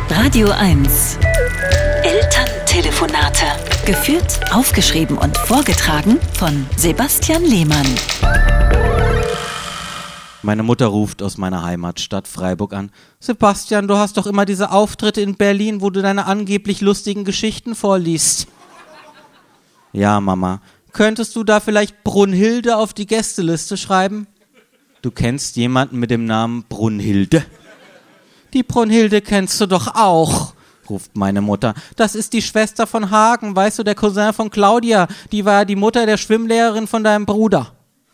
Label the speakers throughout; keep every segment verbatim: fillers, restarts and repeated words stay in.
Speaker 1: Radio eins. Elterntelefonate. Geführt, aufgeschrieben und vorgetragen von Sebastian Lehmann.
Speaker 2: Meine Mutter ruft aus meiner Heimatstadt Freiburg an. Sebastian, du hast doch immer diese Auftritte in Berlin, wo du deine angeblich lustigen Geschichten vorliest. Ja, Mama. Könntest du da vielleicht Brunhilde auf die Gästeliste schreiben? Du kennst jemanden mit dem Namen Brunhilde? Die Brunhilde kennst du doch auch, ruft meine Mutter. Das ist die Schwester von Hagen, weißt du, der Cousin von Claudia. Die war die Mutter der Schwimmlehrerin von deinem Bruder.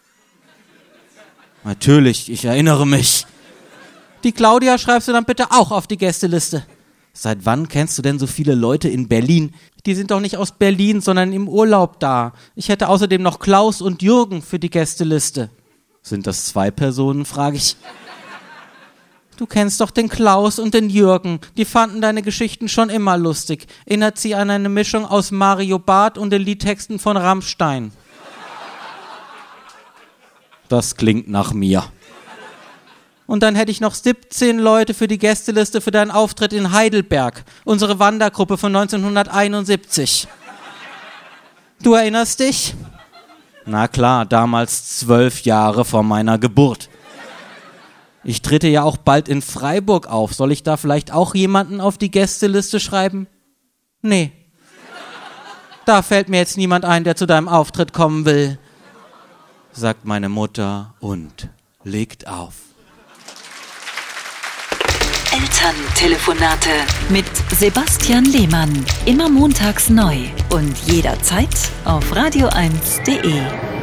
Speaker 2: Natürlich, ich erinnere mich. Die Claudia schreibst du dann bitte auch auf die Gästeliste. Seit wann kennst du denn so viele Leute in Berlin? Die sind doch nicht aus Berlin, sondern im Urlaub da. Ich hätte außerdem noch Klaus und Jürgen für die Gästeliste. Sind das zwei Personen, frage ich. Du kennst doch den Klaus und den Jürgen. Die fanden deine Geschichten schon immer lustig. Erinnert sie an eine Mischung aus Mario Barth und den Liedtexten von Rammstein. Das klingt nach mir. Und dann hätte ich noch siebzehn Leute für die Gästeliste für deinen Auftritt in Heidelberg. Unsere Wandergruppe von neunzehnhunderteinundsiebzig. Du erinnerst dich? Na klar, damals zwölf Jahre vor meiner Geburt. Ich trete ja auch bald in Freiburg auf. Soll ich da vielleicht auch jemanden auf die Gästeliste schreiben? Nee. Da fällt mir jetzt niemand ein, der zu deinem Auftritt kommen will, sagt meine Mutter und legt auf.
Speaker 1: Elterntelefonate mit Sebastian Lehmann. Immer montags neu und jederzeit auf radio eins punkt de.